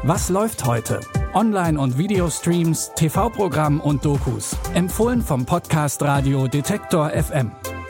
Was läuft heute? Online- und Videostreams, TV-Programm und Dokus. Empfohlen vom Podcast Radio Detektor FM.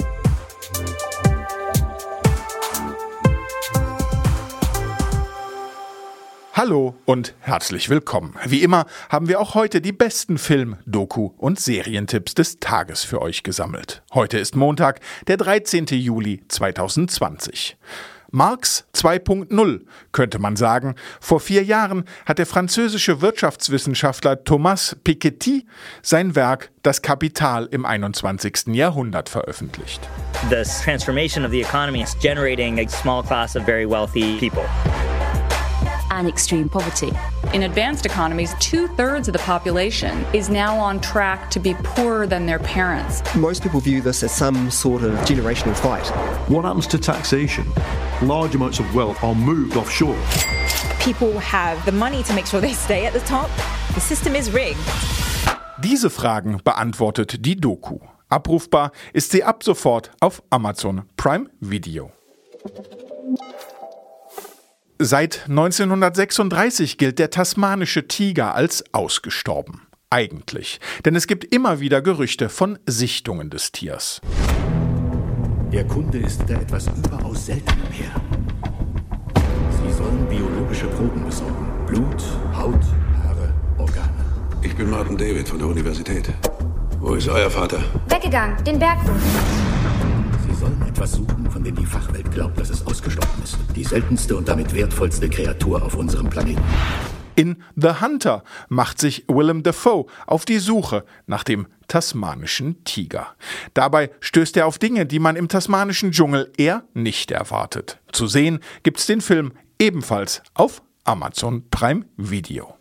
Hallo und herzlich willkommen. Wie immer haben wir auch heute die besten Film-, Doku- und Serientipps des Tages für euch gesammelt. Heute ist Montag, der 13. Juli 2020. Marx 2.0, könnte man sagen. Vor 4 Jahren hat der französische Wirtschaftswissenschaftler Thomas Piketty sein Werk Das Kapital im 21. Jahrhundert veröffentlicht. The transformation of the economy is generating a small class of very wealthy people. And extreme poverty. In advanced economies, 2/3 of the population is now on track to be poorer than their parents. Most people view this as some sort of generational fight. What happens to taxation? Large amounts of wealth are moved offshore. People have the money to make sure they stay at the top. The system is rigged. Diese Fragen beantwortet die Doku. Abrufbar ist sie ab sofort auf Amazon Prime Video. Seit 1936 gilt der tasmanische Tiger als ausgestorben. Eigentlich. Denn es gibt immer wieder Gerüchte von Sichtungen des Tiers. Der Kunde ist da etwas überaus Seltenem her. Sie sollen biologische Proben besorgen. Blut, Haut, Haare, Organe. Ich bin Martin David von der Universität. Wo ist euer Vater? Weggegangen, den Berg runter. Sie sollen etwas suchen, von dem die Fachwelt glaubt, dass es ausgestorben ist. Die seltenste und damit wertvollste Kreatur auf unserem Planeten. In The Hunter macht sich Willem Dafoe auf die Suche nach dem tasmanischen Tiger. Dabei stößt er auf Dinge, die man im tasmanischen Dschungel eher nicht erwartet. Zu sehen gibt's den Film ebenfalls auf Amazon Prime Video.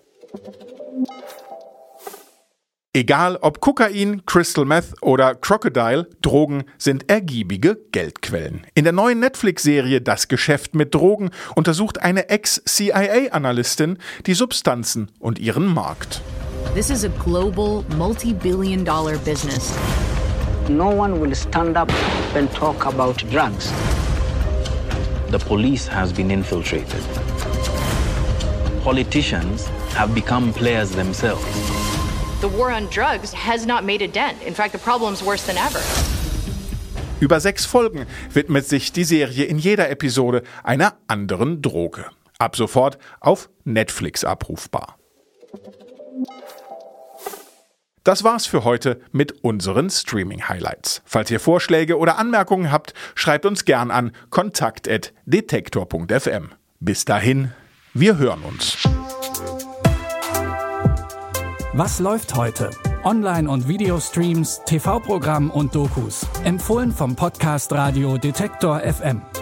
Egal ob Kokain, Crystal Meth oder Crocodile, Drogen sind ergiebige Geldquellen. In der neuen Netflix-Serie Das Geschäft mit Drogen untersucht eine Ex-CIA-Analystin die Substanzen und ihren Markt. This is a global, multi-billion-dollar business. No one will stand up and talk about drugs. The police has been infiltrated. Politicians have become players themselves. The war on drugs has not made a dent. In fact, the problem's worse than ever. Über 6 Folgen widmet sich die Serie in jeder Episode einer anderen Droge. Ab sofort auf Netflix abrufbar. Das war's für heute mit unseren Streaming-Highlights. Falls ihr Vorschläge oder Anmerkungen habt, schreibt uns gern an kontakt@detektor.fm. Bis dahin, wir hören uns. Was läuft heute? Online- und Videostreams, TV-Programm und Dokus. Empfohlen vom Podcast Radio Detektor FM.